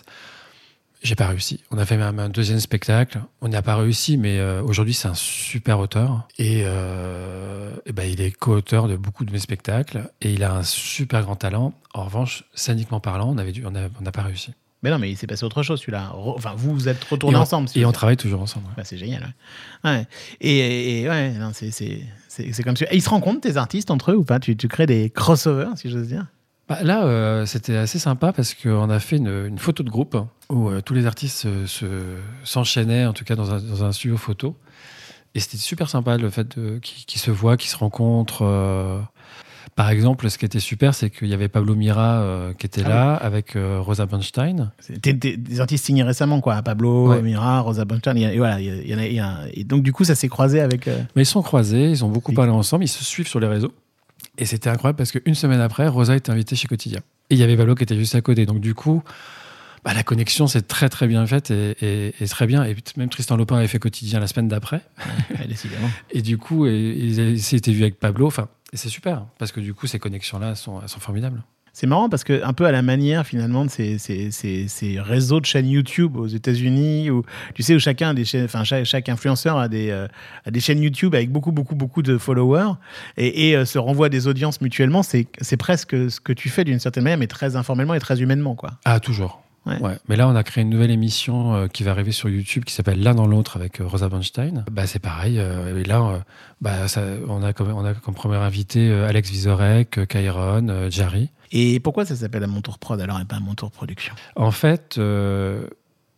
J'ai pas réussi. On a fait même un deuxième spectacle. On n'y a pas réussi, mais euh, aujourd'hui, c'est un super auteur. Et, euh, et ben, il est co-auteur de beaucoup de mes spectacles. Et il a un super grand talent. En revanche, scéniquement parlant, on avait dû, on n'a on pas réussi. Mais non, mais il s'est passé autre chose, celui-là. Enfin, vous vous êtes retournés et on, ensemble. Si et on travaille toujours ensemble. Ouais. Bah, c'est génial. Ouais. Ouais. Et, et ouais, non, c'est, c'est, c'est, c'est comme ça. Et ils se rencontrent, tes artistes, entre eux ou pas? tu, tu crées des crossovers, si j'ose dire? Bah, là, euh, c'était assez sympa parce qu'on a fait une, une photo de groupe où euh, tous les artistes se, se, s'enchaînaient, en tout cas dans un, dans un studio photo. Et c'était super sympa le fait de, qu'ils, qu'ils se voient, qu'ils se rencontrent. Euh... Par exemple, ce qui était super, c'est qu'il y avait Pablo Mira euh, qui était ah là oui. avec euh, Rosa Bonstein. C'était des artistes signés récemment, quoi. Pablo ouais. Mira, Rosa Bonstein. Et voilà, il y en a, il y a, et donc du coup, ça s'est croisé avec. Euh... Mais ils sont croisés, ils ont beaucoup parlé ensemble, ils se suivent sur les réseaux. Et c'était incroyable parce qu'une semaine après, Rosa était invitée chez Quotidien. Et il y avait Pablo qui était juste à côté. Donc du coup, bah, la connexion s'est très très bien faite et, et, et très bien. Et même Tristan Lopin avait fait Quotidien la semaine d'après. Ouais, décidément. Et du coup, ils s'étaient vus avec Pablo. Enfin, et c'est super parce que du coup, ces connexions-là elles sont, elles sont formidables. C'est marrant parce que un peu à la manière finalement de ces, ces, ces, ces réseaux de chaînes YouTube aux États-Unis, où tu sais où chacun a des chaînes, enfin chaque, chaque influenceur a des, euh, a des chaînes YouTube avec beaucoup beaucoup beaucoup de followers et, et euh, se renvoie des audiences mutuellement. C'est, c'est presque ce que tu fais d'une certaine manière, mais très informellement et très humainement, quoi. Ah toujours. Ouais. Ouais. Mais là, on a créé une nouvelle émission euh, qui va arriver sur YouTube qui s'appelle L'un dans l'autre avec euh, Rosa Bonstein. Bah, c'est pareil. Euh, et là, euh, bah, ça, on, a comme, on a comme premier invité euh, Alex Vizorek, euh, Kairon, euh, Jarry. Et pourquoi ça s'appelle À mon tour prod alors et pas À mon tour production? En fait, euh,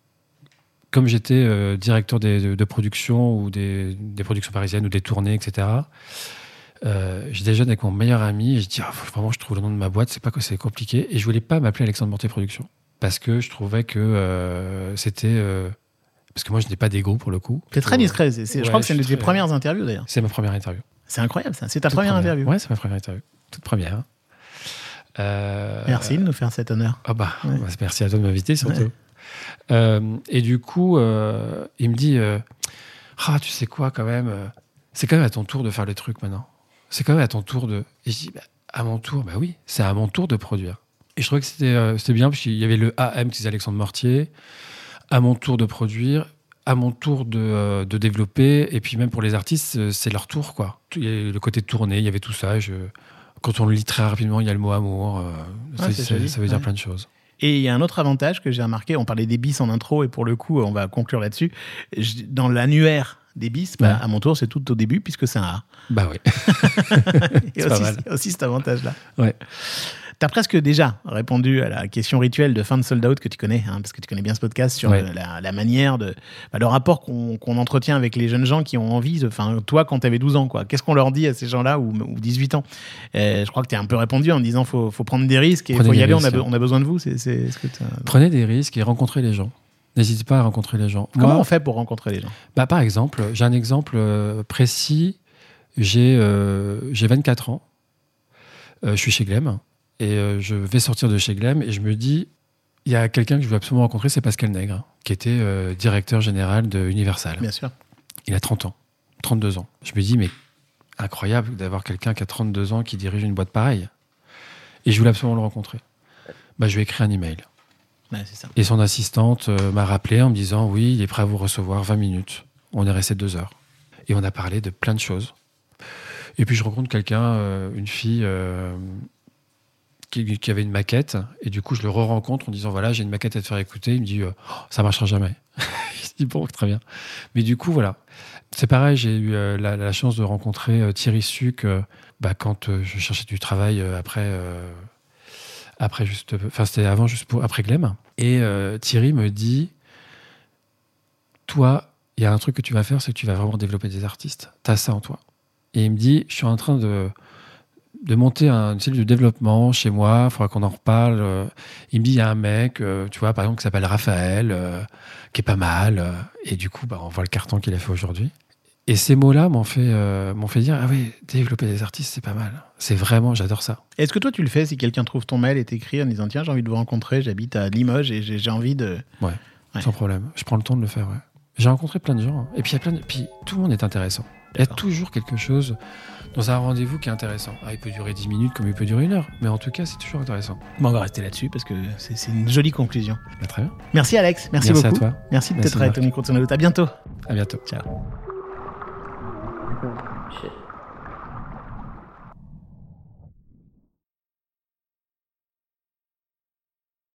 comme j'étais euh, directeur des, de, de production ou des, des productions parisiennes ou des tournées, et cetera, euh, j'étais jeune avec mon meilleur ami et je dis oh, vraiment, je trouve le nom de ma boîte, c'est pas que c'est compliqué. Et je voulais pas m'appeler Alexandre Mortier Productions. Parce que je trouvais que euh, c'était... Euh, parce que moi, je n'ai pas d'ego, pour le coup. C'est très discret. C'est, c'est, ouais, je crois que c'est une de tes très... premières interviews, d'ailleurs. C'est ma première interview. C'est incroyable, ça. C'est ta Toute première, première interview. Ouais, c'est ma première interview. Toute première. Euh... Merci de nous faire cet honneur. Ah bah, ouais. bah, merci à toi de m'inviter, surtout. Ouais. Euh, et du coup, euh, il me dit euh, ah, tu sais quoi, quand même, euh, c'est quand même à ton tour de faire les trucs, maintenant. C'est quand même à ton tour de... Et je dis, bah, à mon tour, bah oui, c'est à mon tour de produire. Et je trouvais que c'était, euh, c'était bien, parce qu'il y avait le A M qui disait Alexandre Mortier, à mon tour de produire, à mon tour de, euh, de développer, et puis même pour les artistes, c'est leur tour, quoi. Il y a le côté tourné, il y avait tout ça. Je... Quand on le lit très rapidement, il y a le mot amour. Euh, ouais, c'est, c'est, ça veut dire ouais. plein de choses. Et il y a un autre avantage que j'ai remarqué, on parlait des bis en intro, et pour le coup, on va conclure là-dessus. Je, dans l'annuaire des bis, bah, ouais. à mon tour, c'est tout au début, puisque c'est un A. Bah oui. Et c'est aussi, pas mal. aussi cet avantage-là. Ouais. Tu as presque déjà répondu à la question rituelle de fin de Sold Out que tu connais, hein, parce que tu connais bien ce podcast, sur ouais. le, la, la manière, de, bah, le rapport qu'on, qu'on entretient avec les jeunes gens qui ont envie, enfin, toi, quand tu avais douze ans, quoi. Qu'est-ce qu'on leur dit à ces gens-là, ou, ou dix-huit ans? Et je crois que tu as un peu répondu en disant faut, faut prendre des risques et il faut y aller, risques, on, a, on a besoin de vous. C'est, c'est, ce que Prenez des risques et rencontrez les gens. N'hésitez pas à rencontrer les gens. Comment Moi, on fait pour rencontrer les gens? Bah, par exemple, j'ai un exemple précis. J'ai, euh, j'ai vingt-quatre ans. Euh, je suis chez Glem. Et euh, je vais sortir de chez Glem. Et je me dis, il y a quelqu'un que je veux absolument rencontrer, c'est Pascal Nègre, qui était euh, directeur général de Universal. Bien sûr. Il a trente ans, trente-deux ans. Je me dis, mais incroyable d'avoir quelqu'un qui a trente-deux ans qui dirige une boîte pareille. Et je voulais absolument le rencontrer. Bah, je lui ai écrit un email. Ouais, c'est ça. Et son assistante euh, m'a rappelé en me disant oui, il est prêt à vous recevoir vingt minutes. On est resté deux heures. Et on a parlé de plein de choses. Et puis je rencontre quelqu'un, euh, une fille euh, qui, qui avait une maquette. Et du coup, je le re-rencontre en disant voilà, j'ai une maquette à te faire écouter. Il me dit oh, ça marchera jamais. Je dis bon, très bien. Mais du coup, voilà. C'est pareil, j'ai eu euh, la, la chance de rencontrer euh, Thierry Suc euh, bah, quand euh, je cherchais du travail euh, après. Euh, Après juste, enfin c'était avant juste pour après Glem. Et euh, Thierry me dit, toi, il y a un truc que tu vas faire, c'est que tu vas vraiment développer des artistes. T'as ça en toi. Et il me dit, je suis en train de de monter un, une cellule de développement chez moi. Il faudra qu'on en reparle. Il me dit, il y a un mec, euh, tu vois, par exemple, qui s'appelle Raphaël, euh, qui est pas mal. Euh, et du coup, bah, on voit le carton qu'il a fait aujourd'hui. Et ces mots-là m'ont fait, euh, m'ont fait dire « Ah oui, développer des artistes, c'est pas mal. C'est vraiment, j'adore ça. » Est-ce que toi, tu le fais si quelqu'un trouve ton mail et t'écrit en disant « Tiens, j'ai envie de vous rencontrer, j'habite à Limoges et j'ai, j'ai envie de... » Ouais, ouais, sans problème. Je prends le temps de le faire, ouais. J'ai rencontré plein de gens. Hein. Et puis, il y a plein de... puis, tout le monde est intéressant. Il y a toujours quelque chose dans un rendez-vous qui est intéressant. Ah, il peut durer dix minutes comme il peut durer une heure. Mais en tout cas, c'est toujours intéressant. Bon, on va rester là-dessus parce que c'est, c'est une jolie conclusion. Bah, très bien. Merci Alex, merci, merci beaucoup. À toi. Merci de merci t'être avec ton micro de Sold Out. À bientôt. À bientôt. Ciao. Shit.